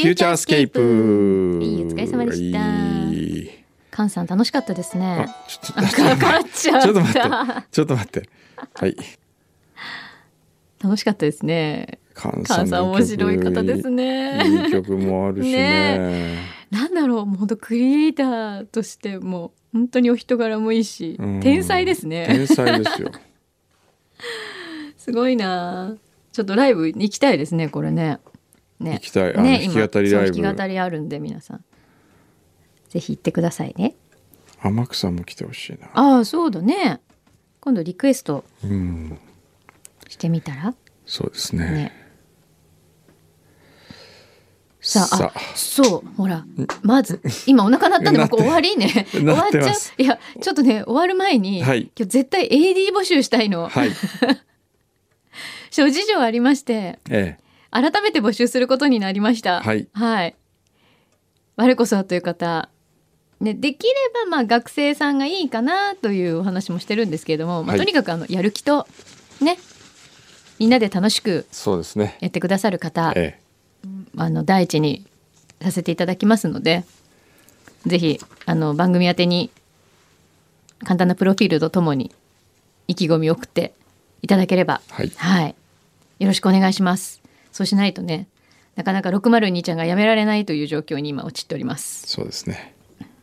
フューチャースケープ。 いいお疲れ様でした。カンさん楽しかったですね。 ちょっとかかっちゃった。ちょっと待って。はい。 楽しかったですね。 カンさん面白い方ですね。 いい曲もあるしね。 なんだろう、もう本当クリエイターとしても本当にお人柄もいいし、天才ですね。 天才ですよ。 すごいな。ちょっとライブに行きたいですね、これね。 行きたい。 ね、 弾き語りライブ。 弾き語りあるんで皆さんぜひ行ってくださいね。 天草も来てほしいな。 ああ、そうだね。今度リクエストしてみたら。 そうですね。 さあ、そう、ほら、まず今お腹鳴ったんで終わりね。終わっちゃう。いや、ちょっとね、終わる前に、今日絶対 AD 募集したいの。 はい。 諸事情ありまして、改めて募集することになりました。 はい。 はい。我こそはという方、ね、できれば学生さんがいいかなというお話もしてるんですけれども、とにかくやる気とね、みんなで楽しくやってくださる方、第一にさせていただきますので、ぜひ番組宛てに簡単なプロフィールとともに意気込みを送っていただければ、はい、よろしくお願いします。そうしないとね、なかなか602ちゃんがやめられないという状況に今陥っております。 そうですね。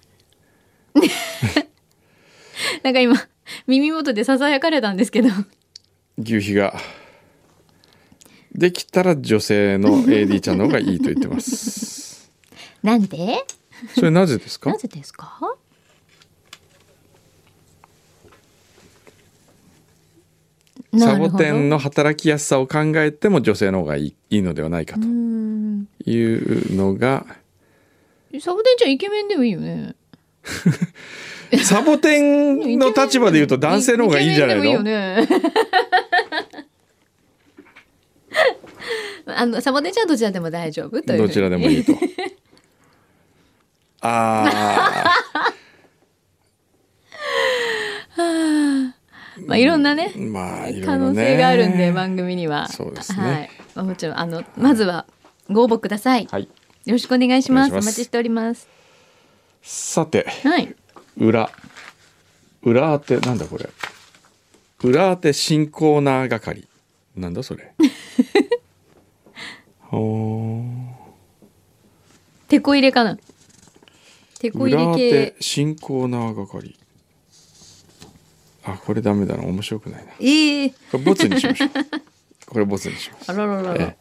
なんか今耳元でささやかれたんですけど、 牛皮ができたら女性の AD ちゃんの方がいいと言ってます。 なんで？ それなぜですか？ なぜですか？ サボテンの働きやすさを考えても女性の方がいいのではないかというのが。 サボテンちゃんイケメンでもいいよね。 サボテンの立場で言うと男性の方がいいんじゃないの？イケメンでもいいよね。サボテンちゃんどちらでも大丈夫という。 どちらでもいいと。 いろんなね、可能性があるんで番組には。 そうですね。 もちろんまずはご応募ください。よろしくお願いします。お待ちしております。 さて、裏当てなんだこれ。裏当て新コーナー係なんだそれ。 テこ入れかな。テこ入れ系。 裏当て新コーナー係。これダメだな、面白くないな。これボツにしましょう。これボツにします。 あらららら。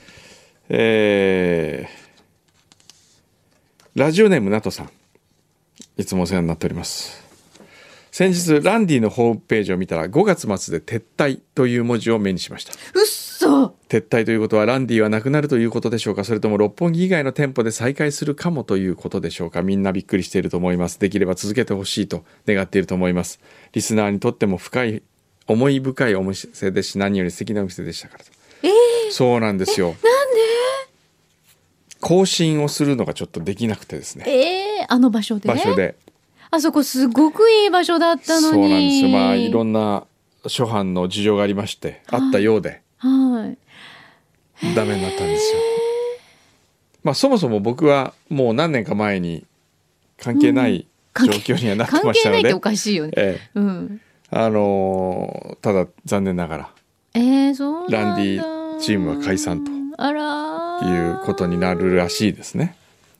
ラジオネームナトさん、いつもお世話になっております。先日ランディのホームページを見たら5月末で撤退という文字を目にしました。 うっそ。 撤退ということはランディはなくなるということでしょうか、それとも六本木以外の店舗で再開するかもということでしょうか。みんなびっくりしていると思います。できれば続けてほしいと願っていると思います。リスナーにとっても思い深いお店ですし、何より素敵なお店でしたからと。そうなんですよ。 なんで更新をするのがちょっとできなくてですね。 あの場所であそこすごくいい場所だったのに。 そうなんですよ。いろんな諸般の事情がありましてあったようで、ダメになったんですよ。そもそも僕はもう何年か前に関係ない状況にはなってましたので、 関係ないっておかしいよね。 ただ残念ながら、 そうランディチームは解散ということになるらしいですね。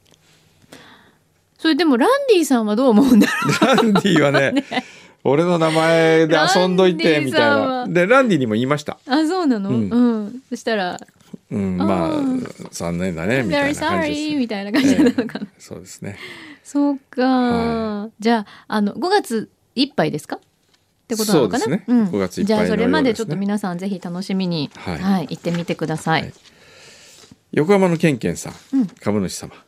それでもランディさんはどう思うんだろう。 ランディはね俺の名前で遊んどいてみたいな。でランディにも言いました。 そうなの。そしたら残念だねみたいな感じです。 みたいな感じなのかな。 そうですね。 そうか。じゃあ5月いっぱいですかってことなのかな。 そうですね。5月いっぱいのようですね。 じゃあそれまでちょっと皆さんぜひ楽しみに行ってみてください。 横浜のケンケンさん、株主様。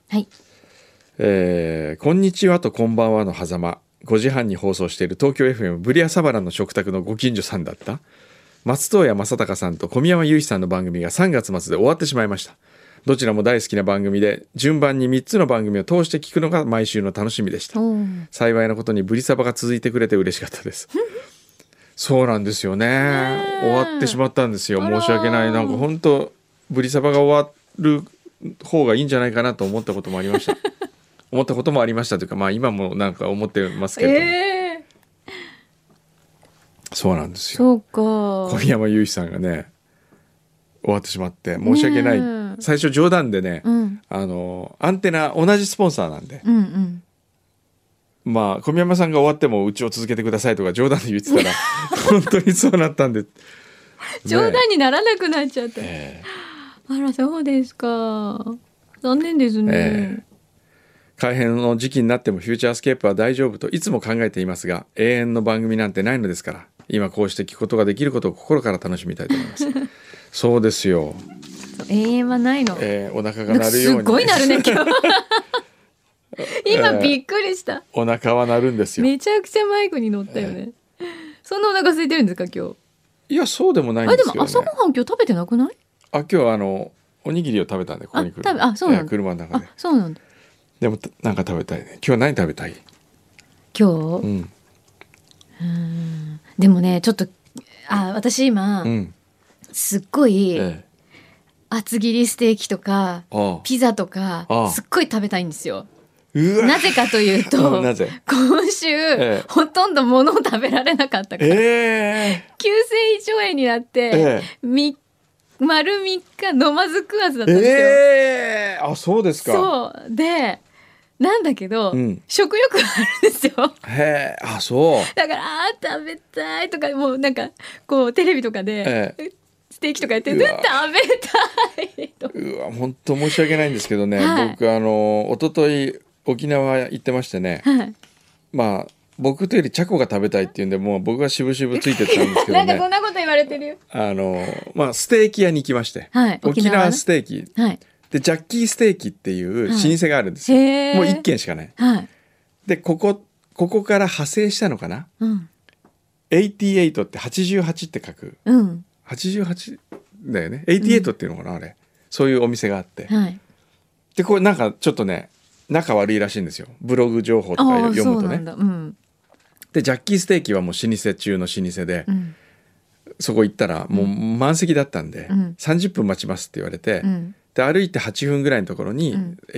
こんにちはとこんばんはの狭間。5時半に放送している東京 FM ブリアサバラの食卓のご近所さんだった松任谷正隆さんと小宮山雄飛さんの番組が3月末で終わってしまいました。どちらも大好きな番組で順番に3つの番組を通して聞くのが毎週の楽しみでした。幸いなことにブリサバが続いてくれて嬉しかったです。そうなんですよね。終わってしまったんですよ。申し訳ない。なんか本当ブリサバが終わる方がいいんじゃないかなと思ったこともありました思ったこともありましたというか、まあ今もなんか思ってますけれども、そうなんですよ。 そうか。 小宮山雄飛さんがね終わってしまって申し訳ない、 ねえ最初冗談でね、 うんアンテナ同じスポンサーなんで、 うんうんまあ小宮山さんが終わってもうちを続けてくださいとか冗談で言ってたら本当にそうなったんで、 冗談にならなくなっちゃった、 えあらそうですか、残念ですね、 改編の時期になってもフューチャースケープは大丈夫といつも考えていますが、永遠の番組なんてないのですから、今こうして聞くことができることを心から楽しみたいと思いますそうですよ、 永遠はないの、 お腹が鳴るようにすごいなるね今日今びっくりした、 お腹は鳴るんですよ。 めちゃくちゃマイクに乗ったよね、そんなお腹空いてるんですか今日。 いやそうでもないんあですけどね。 でも朝ごはん今日食べてなくない？ 今日はおにぎりを食べたんでここに来る。 そうなんだ、 車の中で。 そうなんだ。 でもなんか食べたいね。今日何食べたい？ 今日、でもねちょっと私今、すっごい、厚切りステーキとかピザとかすっごい食べたいんですよ。なぜかというとなぜ今週、ほとんど物を食べられなかったから、急性胃腸炎になって、丸3日飲まず食わずだったんですよ。 そうですか。 そうでなんだけど、食欲があるんですよ。 そうだから食べたいとかもうなんかこうテレビとかで、ステーキとかやって食べたいと。 うわ本当申し訳ないんですけどね、僕一昨日沖縄行ってましてね、まあ僕というよりチャコが食べたいっていうんでもう僕が渋々ついてったんですけどねなんかそんなこと言われてるよ。 ステーキ屋に行きまして、沖縄ステーキ、でジャッキーステーキっていう老舗があるんですよ、もう1軒しかない、でここから派生したのかな、88って88って書く、88だよね、88っていうのかな、あれそういうお店があって、でこれなんかちょっとね仲悪いらしいんですよ、ブログ情報とか読むとね。でジャッキーステーキはもう老舗中の老舗で、そこ行ったらもう満席だったんで、30分待ちますって言われて、で歩いて8分ぐらいのところに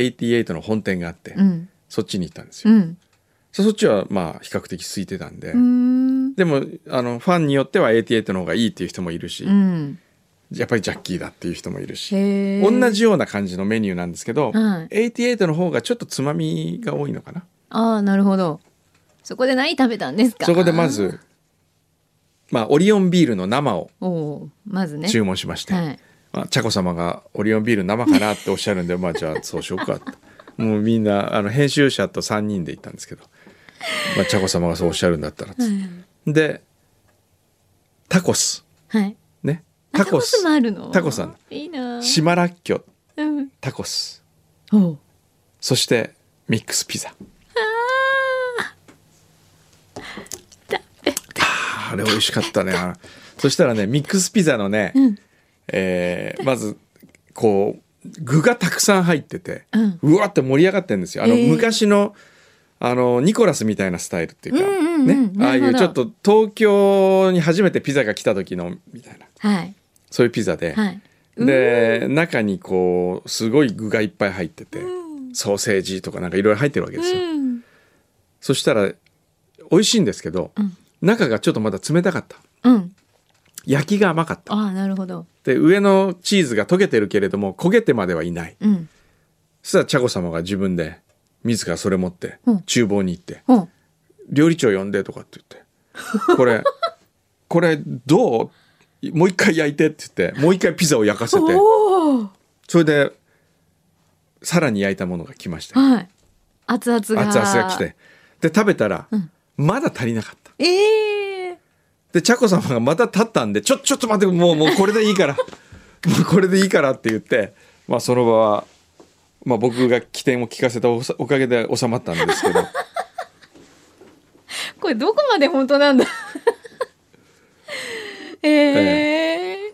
88の本店があって、そっちに行ったんですよ、そっちはまあ比較的空いてたんで、でもファンによっては88の方がいいっていう人もいるし、やっぱりジャッキーだっていう人もいるし、同じような感じのメニューなんですけど、88の方がちょっとつまみが多いのかな。 なるほど。そこで何食べたんですか？ そこでまず、オリオンビールの生をまずね注文しまして、茶子様がオリオンビール生かなっておっしゃるんでじゃあそうしようかってもうみんな編集者と3人で行ったんですけど、茶子様がそうおっしゃるんだったらでタコス、ね、タコスもあるの？ タコさんいいな、 島らっきょ、タコス、そしてミックスピザ。あれ美味しかったね。そしたらねミックスピザのね、まずこう具がたくさん入ってて、うわって盛り上がってるんですよ。昔のニコラスみたいなスタイルっていうか、ね、ああいうちょっと東京に初めてピザが来た時のみたいな、そういうピザで、で中にこうすごい具がいっぱい入ってて、ソーセージとかなんかいろいろ入ってるわけですよ。そしたら美味しいんですけど、中がちょっとまだ冷たかった、焼きが甘かった。 なるほど。 で上のチーズが溶けてるけれども焦げてまではいない、そしたら茶子様が自分で自らそれ持って厨房に行って、料理長呼んでとかって言ってこれどうもう一回焼いてって言ってもう一回ピザを焼かせて、それでさらに焼いたものが来ました、 熱々が来て、で食べたら、まだ足りなかった。で茶子様がまた立ったんでちょっと待ってもうこれでいいからもうこれでいいからって言って、その場は、僕が起点を聞かせたおかげで収まったんですけどこれどこまで本当なんだで、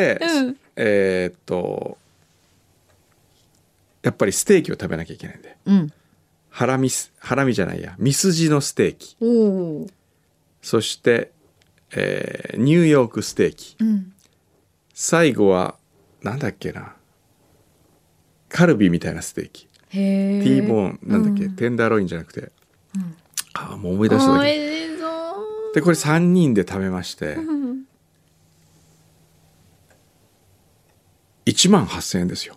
やっぱりステーキを食べなきゃいけないんで、ハラミじゃないやミスジのステーキ、そして、ニューヨークステーキ、最後はなんだっけなカルビみたいなステーキ、 へえ。 ティーボーンなんだっけ、 うんテンダーロインじゃなくて、 うんもう思い出しただ美け味しそう。 でこれ3人で食べまして、 うん 1万8,000円ですよ。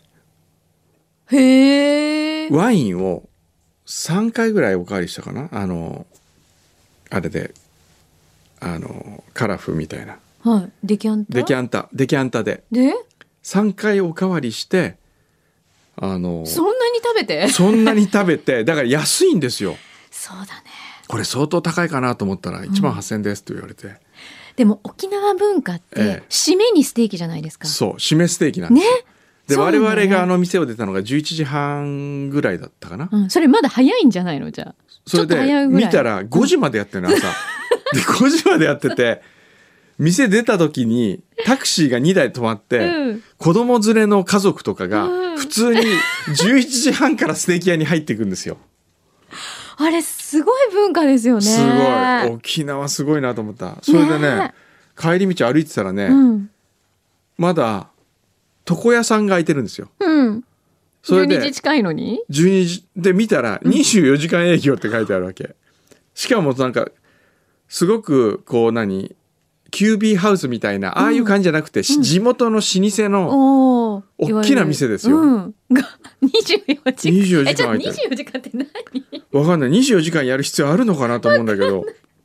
へえ。 ワインを3回ぐらいおかわりしたかな、あれでカラフみたいなはい。デキャンタ。 デキャンタでで、 3回おかわりしてそんなに食べて。 そんなに食べてだから安いんですよ。 そうだね。 これ相当高いかなと思ったら1万8,000円ですと言われて、 でも沖縄文化って締めにステーキじゃないですか。 そう締めステーキなんですよ、 ね。 でそうだね我々が店を出たのが11時半ぐらいだったかな、 それまだ早いんじゃないのじゃあ。 それちょっと早でいぐらい見たら5時までやってるの朝、で5時までやってて店出た時にタクシーが2台止まって、 うん子供連れの家族とかがうん普通に11時半からステーキ屋に入っていくんですよ。 あれすごい文化ですよね。 すごい沖縄すごいなと思った。それでね帰り道歩いてたらね、 うん。 まだ床屋さんが開いてるんですよ。 うん。12 それで時近いのに。 12時で見たら24時間営業って書いてあるわけ。しかもなんかすごくこうキュービーハウスみたいなああいう感じじゃなくて、地元の老舗のお大きな店ですよ。 うん。が24時間。 24時間じゃあ空いてる。 24時間って何？ わかんない。24時間やる必要あるのかなと思うんだけど、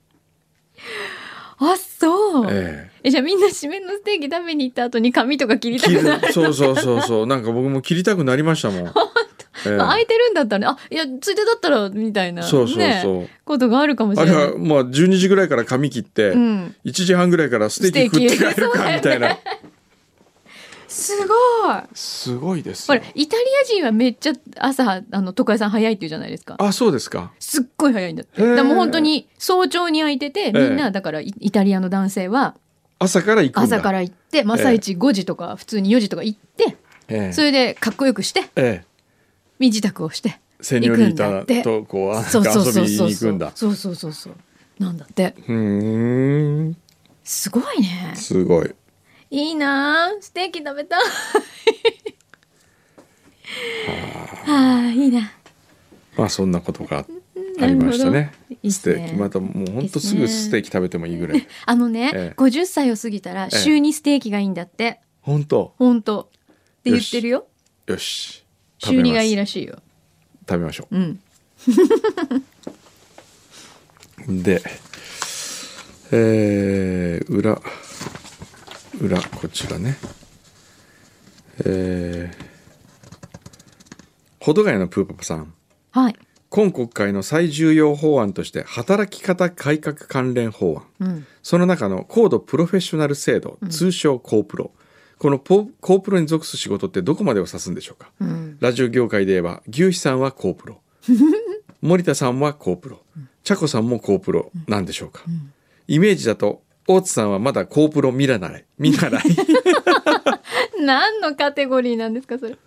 あ、そう。 えじゃあみんな締めのステーキ食べに行った後に髪とか切りた切くなる。 るそうなんか僕も切りたくなりましたもん。 まあ空いてるんだったらね、いやついでだったらみたいなそう、 ねことがあるかもしあれれない。 はまあ12時ぐらいから髪切って、 うん 1時半ぐらいからステーキ食って帰るかみたいな。 すごい。 すごいですよ。 ほらイタリア人はめっちゃ朝床屋さん早いって言うじゃないですか。 あ、そうですか。 すっごい早いんだって。 へーだからもう本当に早朝に空いてて、みんなだからイタリアの男性は朝から行くんだ。 朝から行って朝一5時とか普通に4時とか行って、 ええそれでかっこよくしてええ身支度をしてセニョリータとこうなんかそうそう遊びそうそうに行くんだ。 そうそうそうそうなんだって。すごいね。 すごい。 いいなあ、ステーキ食べたい。はあ、いいな。 まあそんなことがありましたね。 いいっすねステーキまたもう本当すぐステーキ食べてもいいぐらい。 ね、 ええ 50歳を過ぎたら週にステーキがいいんだって。 本当。 本当って言ってるよ。 よし。 週2がいいららしいよ。 食べましょうん。 う。で、裏こちらね。保土ヶ谷のプーパパさん。 はい。 今国会の最重要法案として働き方改革関連法案、 うん。 その中の高度プロフェッショナル制度、通称コープロ、このコープロに属す仕事ってどこまでを指すんでしょうか。 うん。 ラジオ業界で言えば牛肥さんはコープロ森田さんはコープロ、茶子さんもコープロなんでしょうか。イメージだと大津さんはまだコープロ見習い何のカテゴリーなんですかそれ。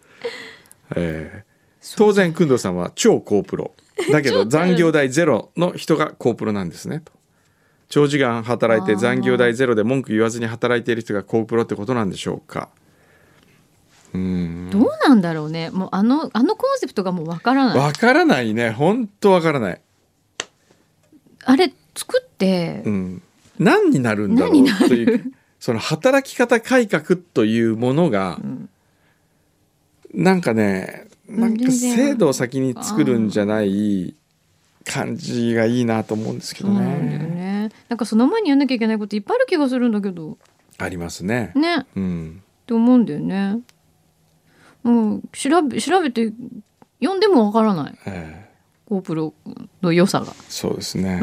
当然工藤さんは超コープロだけど残業代ゼロの人がコープロなんですねと。長時間働いて残業代ゼロで文句言わずに働いている人がコープロってことなんでしょうか。 どうなんだろうね。もうあのコンセプトがもうわからない。 わからないね。本当わからない。 あれ作って、 何になるんだろうというその働き方改革というものが、なんかね、なんか制度を先に作るんじゃない感じがいいなと思うんですけどそうなんだよね。 ね。なんかその前にやんなきゃいけないこといっぱいある気がするんだけどありますね。 ね、って思うんだよね。もう調べて読んでもわからない、コープロの良さが。 そうですね。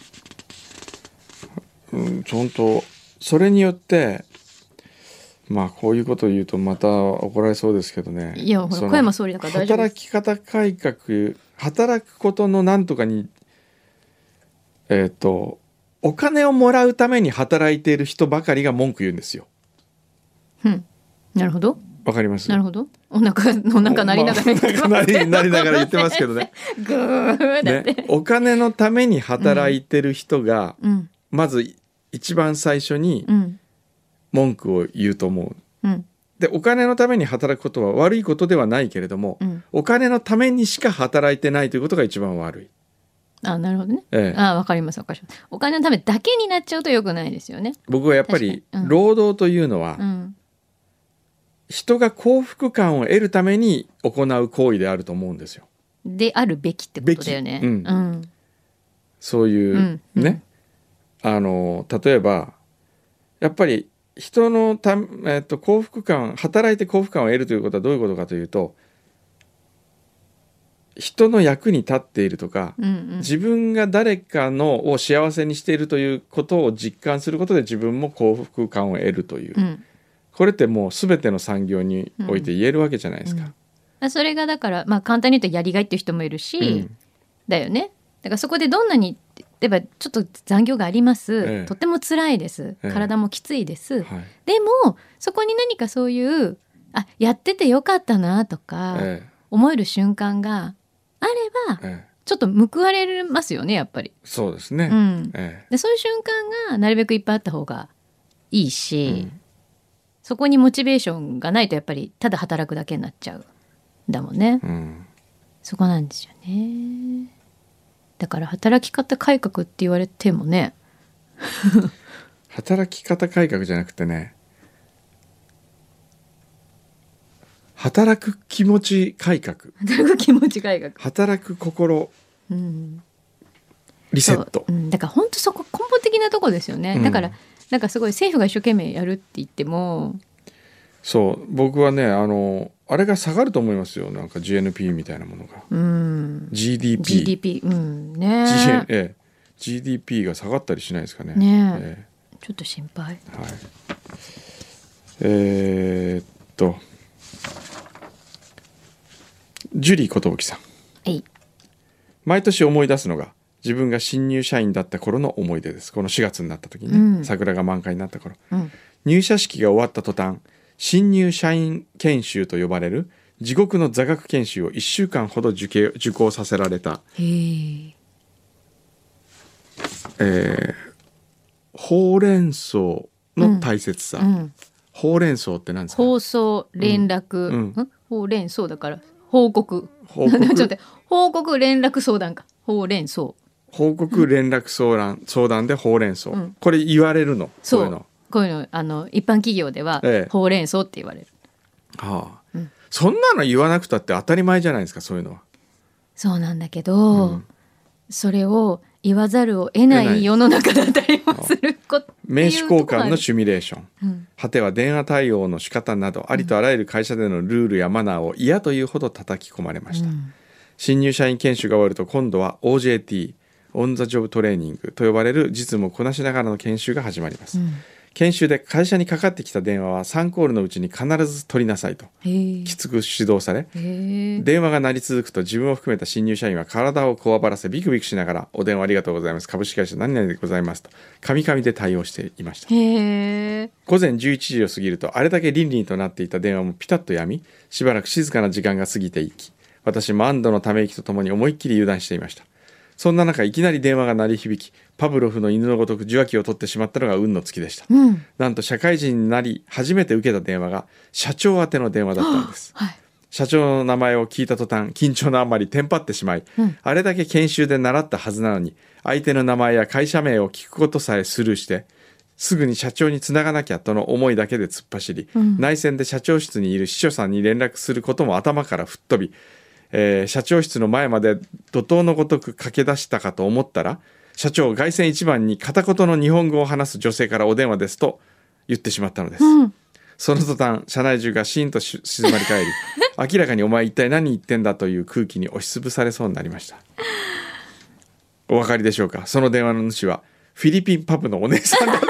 本当それによってまあこういうことを言うとまた怒られそうですけどね。 いやほら小山総理だから大丈夫です。 働き方改革、働くことのなんとかにお金をもらうために働いている人ばかりが文句言うんですよ。 なるほど。 わかります。 なるほど。お腹鳴りながら言ってます、 なりながら言ってますけどね。 グーだって、 ね、お金のために働いてる人が、まず一番最初に文句を言うと思う。 でお金のために働くことは悪いことではないけれども、お金のためにしか働いてないということが一番悪い。 なるほどね、わかりますわかります。お金のためだけになっちゃうと良くないですよね。 僕はやっぱり、労働というのは、人が幸福感を得るために行う行為であると思うんですよ。 であるべきってことだよね。 そういうね、例えばやっぱり人の幸福感、働いて幸福感を得るということはどういうことかというと、人の役に立っているとか、自分が誰かのを幸せにしているということを実感することで自分も幸福感を得るという、これってもう全ての産業において言えるわけじゃないですか。 それがだから、簡単に言うとやりがいっていう人もいるし、だよね。だからそこでどんなに例えばちょっと残業があります、とっても辛いです、体もきついです、でもそこに何かそういうやっててよかったなとか、思える瞬間があれば、ちょっと報われますよね、やっぱり。 そうですね、 でそういう瞬間がなるべくいっぱいあった方がいいし、そこにモチベーションがないとやっぱりただ働くだけになっちゃうだもんね、そこなんですよね。だから働き方改革って言われてもね働き方改革じゃなくてね、働く気持ち改革、 働く気持ち改革、 働く心、リセット、 だから本当そこ根本的なとこですよね、だからなんかすごい政府が一生懸命やるって言っても、 そう僕はねあれが下がると思いますよ。なんか GNP みたいなものが、GDP、GDP が下がったりしないですかね。 ちょっと心配。 ジュリー寿さん、毎年思い出すのが自分が新入社員だった頃の思い出です。この4月になった時にね、桜が満開になった頃、入社式が終わった途端、新入社員研修と呼ばれる地獄の座学研修を1週間ほど受講させられた。ほうれん草の大切さ、ほうれん草って何ですか？ 放送連絡、ほうれん草だから報告ちょっと待って、報告連絡相談か、ほうれん草、 報告連絡相談でほうれん草、これ言われるの？そういうの、 こういうの一般企業ではほうれん草って言われる。 そんなの言わなくたって当たり前じゃないですか、そういうのは。 そうなんだけど、それを言わざるを得ない世の中だったりもすること名刺交換のシミュレーション、果ては電話対応の仕方など、ありとあらゆる会社でのルールやマナーを嫌というほど叩き込まれました。新入社員研修が終わると今度は OJT オンザジョブトレーニングと呼ばれる実務をこなしながらの研修が始まります。研修で会社にかかってきた電話は3コールのうちに必ず取りなさいときつく指導され、電話が鳴り続くと自分を含めた新入社員は体をこわばらせビクビクしながら、お電話ありがとうございます、株式会社何々でございますとカミカミで対応していました。午前11時を過ぎるとあれだけ倫理となっていた電話もピタッとやみ、しばらく静かな時間が過ぎていき、私も安堵のため息とともに思いっきり油断していました。そんな中いきなり電話が鳴り響き、パブロフの犬のごとく受話器を取ってしまったのが運の尽きでした。なんと社会人になり初めて受けた電話が社長宛ての電話だったんです。社長の名前を聞いた途端緊張のあまりテンパってしまい、あれだけ研修で習ったはずなのに相手の名前や会社名を聞くことさえスルーして、すぐに社長につながなきゃとの思いだけで突っ走り、内線で社長室にいる秘書さんに連絡することも頭から吹っ飛び、社長室の前まで怒涛のごとく駆け出したかと思ったら、社長外線一番に片言の日本語を話す女性からお電話ですと言ってしまったのです。その途端社内中がシーンと静まり返り明らかにお前一体何言ってんだという空気に押しつぶされそうになりました。お分かりでしょうか、その電話の主はフィリピンパブのお姉さんだった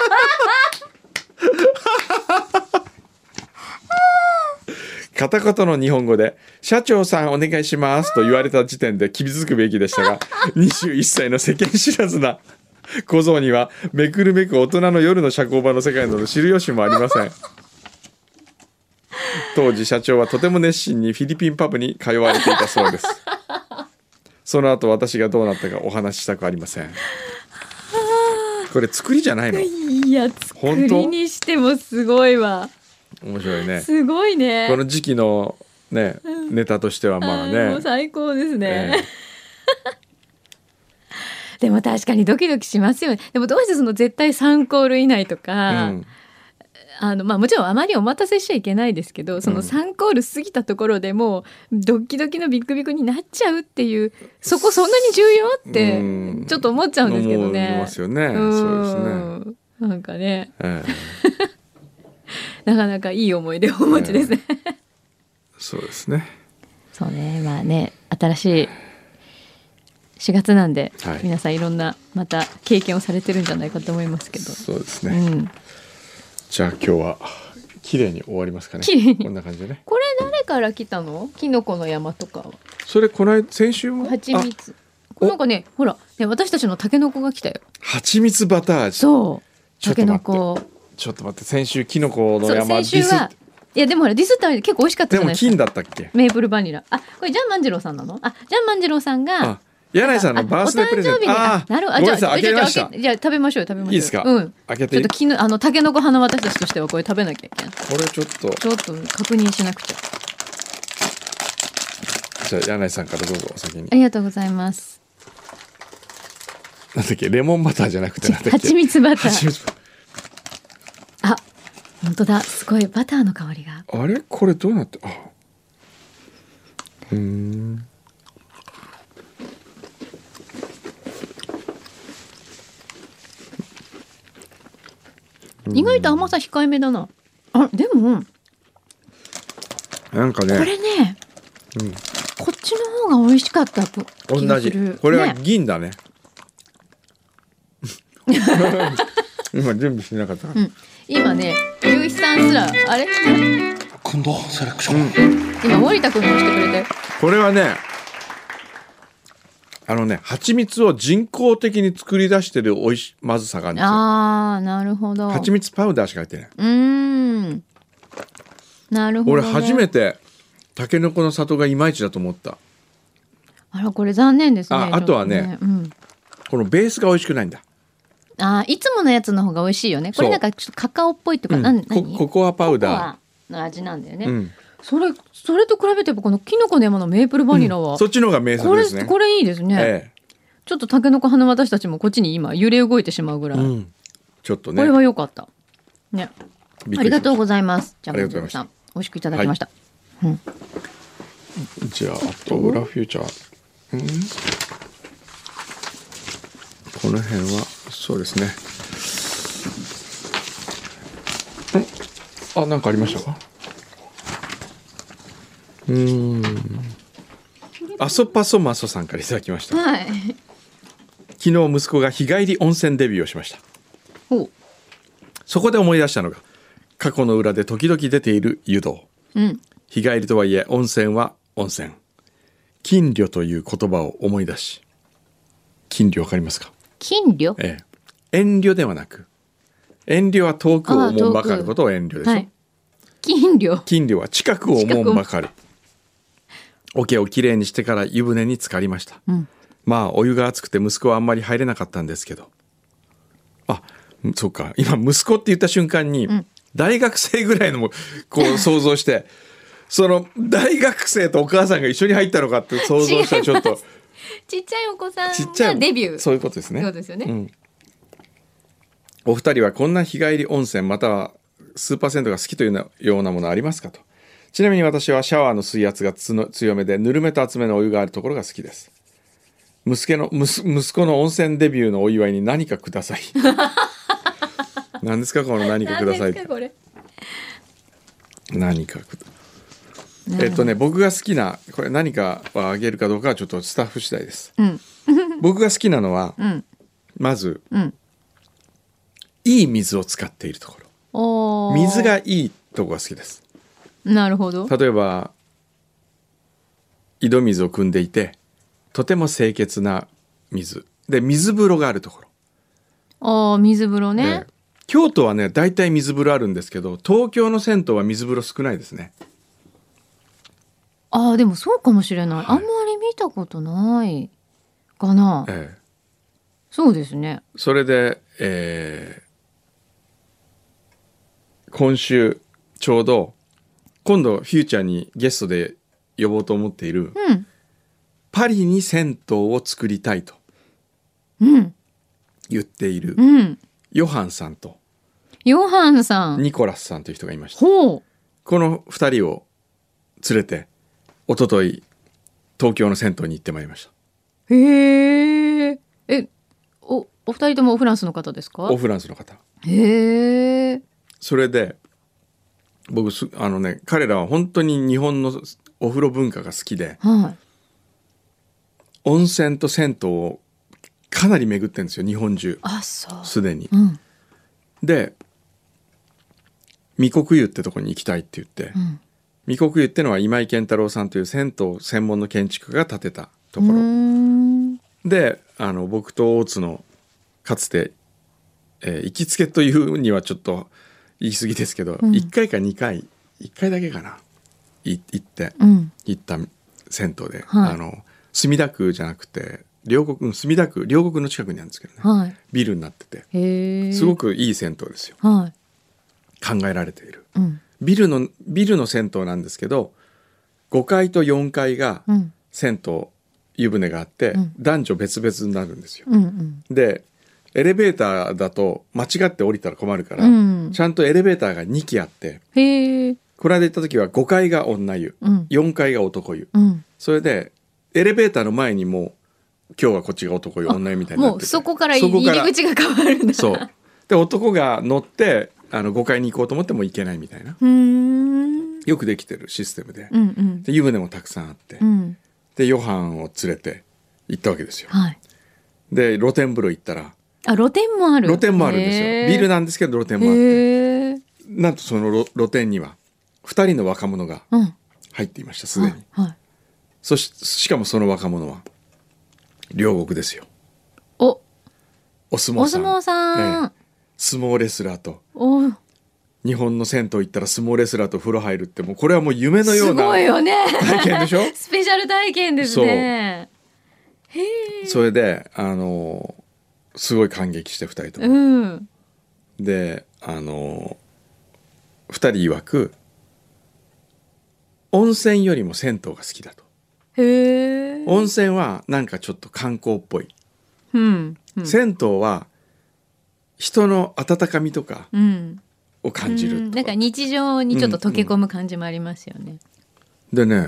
片言の日本語で社長さんお願いしますと言われた時点で気づくべきでしたが、21歳の世間知らずな小僧にはめくるめく大人の夜の社交場の世界など知る由もありません。当時社長はとても熱心にフィリピンパブに通われていたそうです。その後私がどうなったかお話ししたくありません。これ作りじゃないの？ いや作りにしてもすごいわ。 面白いね。 すごいね。 この時期のね、ネタとしてはまあね。 もう最高ですね。でも確かにドキドキしますよね。でもどうしてその絶対3コール以内とか、もちろんあまりお待たせしちゃいけないですけど、その3コール過ぎたところでもうドキドキのビクビクになっちゃうっていう、そこそんなに重要ってちょっと思っちゃうんですけどね。 思いますよね。そうですね。 なんかね、なかなかいい思い出をお持ちですね。 そうですね。 そうね、まあね、新しい4月なんで、皆さんいろんなまた経験をされてるんじゃないかと思いますけど。 そうですね。じゃあ今日は綺麗に終わりますかね。こんな感じでね。 これ誰から来たの？キノコの山とかは。 それこの間先週も。 蜂蜜。なんかね、ほら、ね、私たちのタケノコが来たよ。 蜂蜜バター味。 そう。タケノコ。 ちょっと待って、先週キノコの山。 先週は。いやでもほらディスったら結構美味しかったじゃないですか。 でも金だったっけ？ メープルバニラ。あ、これジャン万次郎さんなの？あ、ジャン万次郎さんが。 柳井さんのバースデープレゼント。 なるほど。じゃあ食べましょう食べましょう。 いいですか？開けていい？ ちょっとタケノコ派の私たちとしてはこれ食べなきゃいけない。 これちょっと確認しなくちゃ。 じゃあ柳井さんからどうぞお先に。 ありがとうございます。 なんだっけ、レモンバターじゃなくてなんだっけ、 蜂蜜バター。あ、本当だ、すごいバターの香りが。 あれこれどうなって、 意外と甘さ控えめだな。あ、でもなんかね、 これね、こっちの方が美味しかったと気がする。 同じ。これは銀だね。今準備してなかった、 今ね、ゆういさんすらあれくんどセレクション、 今森田くんが押してくれて。 これはね、蜂蜜を人工的に作り出してるまずさがあるんですよ。 ああ、なるほど。 蜂蜜パウダーしか入ってない。 なるほど、ね。 俺初めてタケノコの里がいまいちだと思った。 あら、これ残念ですね。 あとはね、このベースが美味しくないんだ。 いつものやつの方が美味しいよね。これなんかちょっとカカオっぽいとか、 ココアパウダー。 ココアの味なんだよね。それと比べてこのキノコの山のメープルバニラは、 そっちの方が名作ですね。 これいいですね。ちょっとタケノコ派の私たちもこっちに今揺れ動いてしまうぐらい。 ちょっとね。 これは良かった。ね。ありがとうございます。じゃあ、 ありがとうございました。 美味しくいただきました。 じゃあ、あと裏フューチャー。この辺はそうですね。なんかありましたか？アソパソマソさんからいただきました。 はい。 昨日息子が日帰り温泉デビューをしました。そこで思い出したのが過去の裏で時々出ている湯道。日帰りとはいえ温泉は温泉。金魚という言葉を思い出し、金魚わかりますか？ 金魚？ 遠慮ではなく、遠慮は遠くを思うばかることを遠慮でしょ。はい、金魚は近くを思うばかる。桶をきれいにしてから湯船に浸かりました。まあお湯が熱くて息子はあんまり入れなかったんですけど、そうか、今息子って言った瞬間に、大学生ぐらいのもこう想像してその大学生とお母さんが一緒に入ったのかって想像したらちょっとちっちゃいお子さんがデビュー。 そういうことですね。 そうですよね。 お二人はこんな日帰り温泉またはスーパー銭湯が好きというようなものありますかと。ちなみに私はシャワーの水圧が強めでぬるめと厚めのお湯があるところが好きです。息子の温泉デビューのお祝いに何かください。何ですかこの何かくださいって。何かくだ僕が好きなこれ何かはあげるかどうかはちょっとスタッフ次第です。僕が好きなのは、まず、いい水を使っているところ。水がいいところが好きです。 なるほど。 例えば井戸水を汲んでいてとても清潔な水で水風呂があるところ。 水風呂ね。 京都はね大体水風呂あるんですけど東京の銭湯は水風呂少ないですね。 でもそうかもしれない。あんまり見たことないかな。そうですね。 それで、今週ちょうど今度フューチャーにゲストで呼ぼうと思っている、 うんパリに銭湯を作りたいとうん言っている、 うんヨハンさんとヨハンさんニコラスさんという人がいました。 ほうこの2人を連れて一昨日東京の銭湯に行ってまいりました。 へえお二人ともフランスの方ですか？ オフランスの方。 へえそれで僕彼らは本当に日本のお風呂文化が好きで、 はい温泉と銭湯をかなり巡ってるんですよ、日本中あそうすでに。 うんで御国湯ってとこに行きたいって言って、 うん御国湯ってのは今井健太郎さんという銭湯専門の建築家が建てたところうーんで、僕と大津のかつて、行きつけというにはちょっと言い過ぎですけど、 うん 1回か2回1回だけかな行った銭湯で、 はい墨田区じゃなくて墨田区両国の近くにあるんですけどね、 はいビルになっててへえすごくいい銭湯ですよ。 はい考えられているうんビルの銭湯なんですけど、5階と4階がうん銭湯湯船があって、 うん男女別々になるんですよ。 うんでエレベーターだと間違って降りたら困るから、 うんちゃんとエレベーターが2基あって、 へえこの間行った時は5階が女湯、 うん 4階が男湯、 うんそれでエレベーターの前にも今日はこっちが男湯女湯みたいになってて、 もうそこから入り口が変わるんだそうで男が乗って5階に行こうと思っても行けないみたいな、 うーんよくできてるシステムで、 うんうんで湯船もたくさんあって、 うんでヨハンを連れて行ったわけですよ。 はいで露天風呂行ったらあ露天もある露天もあるんですよ。ビルなんですけど露天もあって、 へえなんとその露天には2人の若者がうん入っていました、すでに。 はいしかもその若者は両国ですよ。 おお相撲さん、 お相撲さん、 ええ相撲レスラーとお日本の銭湯行ったら相撲レスラーと風呂入るって、もうこれはもう夢のようすなごいよね体験でしょスペシャル体験ですねへえそれですごい感激して2人とも、 うんで2人曰く温泉よりも銭湯が好きだと。 へえ温泉はなんかちょっと観光っぽい、 うん銭湯は人の温かみとかうんを感じるとか、 なんか日常にちょっと溶け込む感じもありますよね、 でね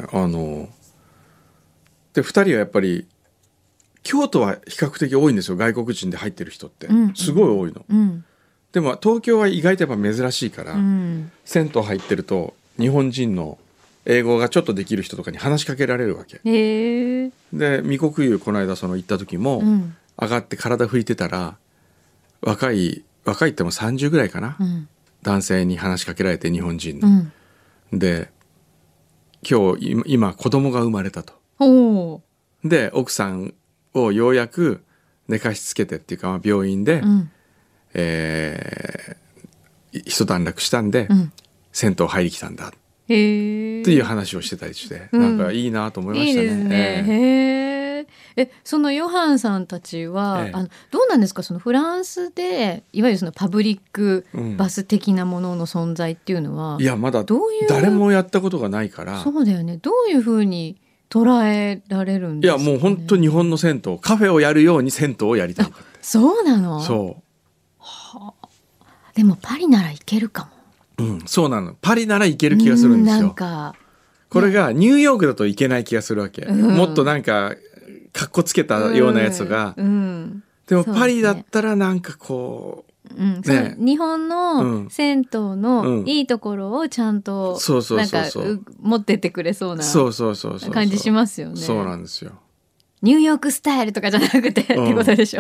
で2人はやっぱり京都は比較的多いんですよ、外国人で入ってる人って、 うんすごい多いの。 うんでも東京は意外とやっぱ珍しいから、 うん銭湯入ってると日本人の英語がちょっとできる人とかに話しかけられるわけへえで、御国湯この間行った時も、 うん上がって体拭いてたら若いっても30ぐらいかな、 うん男性に話しかけられて、日本人の、 うんで今子供が生まれたと。 おーで奥さんをようやく寝かしつけてっていうか、病院で、 うん一段落したんで、 うん銭湯入り来たんだっへえていう話をしてたりして、 うんなんかいいなと思いましたね。 いいですね。へえ。そのヨハンさんたちは、 ええどうなんですか、そのフランスでいわゆるそのパブリックうんバス的なものの存在っていうのは、 いやまだどういう誰もやったことがないから、 そうだよね、どういうふうに捉えられるんいやですかね。 もう本当日本の銭湯、カフェをやるように銭湯をやりたいんだって。 そうなの。 そでもパリなら行けるかも。 う、そうなの。パリなら行ける気がするんですなんよ。 かこれがニューヨークだといけない気がするわけ、 うんもっとなんかかっこつけたようなやつが、 うんでもそうですねパリだったらなんかこうんその日本うのん銭湯うんのいいところをちゃんとそうそうなんかそうそう持ってってくれそううなそうそうそうそう感じしますよね。 そうなんですよ。 ニューヨークスタイルとかじゃなくて、ってことでしょ。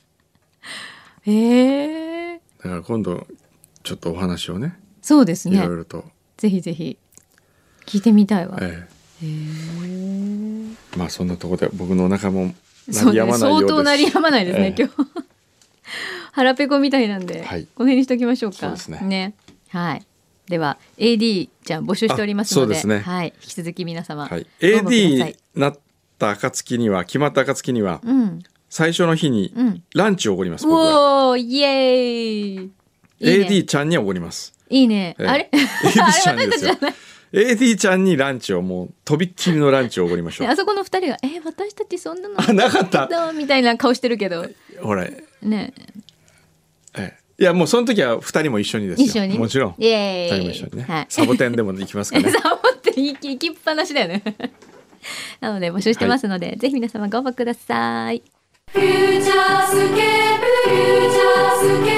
へえ。 だから今度ちょっとお話をね、 そうですねいろい。ろと、 ぜひぜひ聞いてみたいわ。 えへえ。 まあそんなところで僕のお腹も鳴そうね、 りやまないようです。 相当鳴りやまないですね、 ええ今日。腹ペコみたいなんで、 はいこの辺にしときましょうか。 そうですねはい。では AD ちゃん募集しておりますので、 あそうですねはい、引き続き皆様、 はい、 ご応募くださ AD いになった暁には決まった暁にはうん、 最初の日にうん。 ランチをおごります、僕は。 おー、イエーイ。いいね AD ちゃんにはおごります。 いいね。あれ AD ちゃんですよ。 あれ私たちじゃない AD ちゃんにランチをもうとびっきりのランチをおごりましょう。 あそこの二人が私たちそんなのあなかったみたいな顔してるけどほらね。 いやもうその時は2人も一緒にですよ。 一緒にもちろんイエーイ 2人も一緒にね、 はい、 サボテンでも行きますかね。 サボって行きっぱなしだよねなので募集してますので、ぜひ皆様ご応募ください。 フューチャースケープフューチャースケープ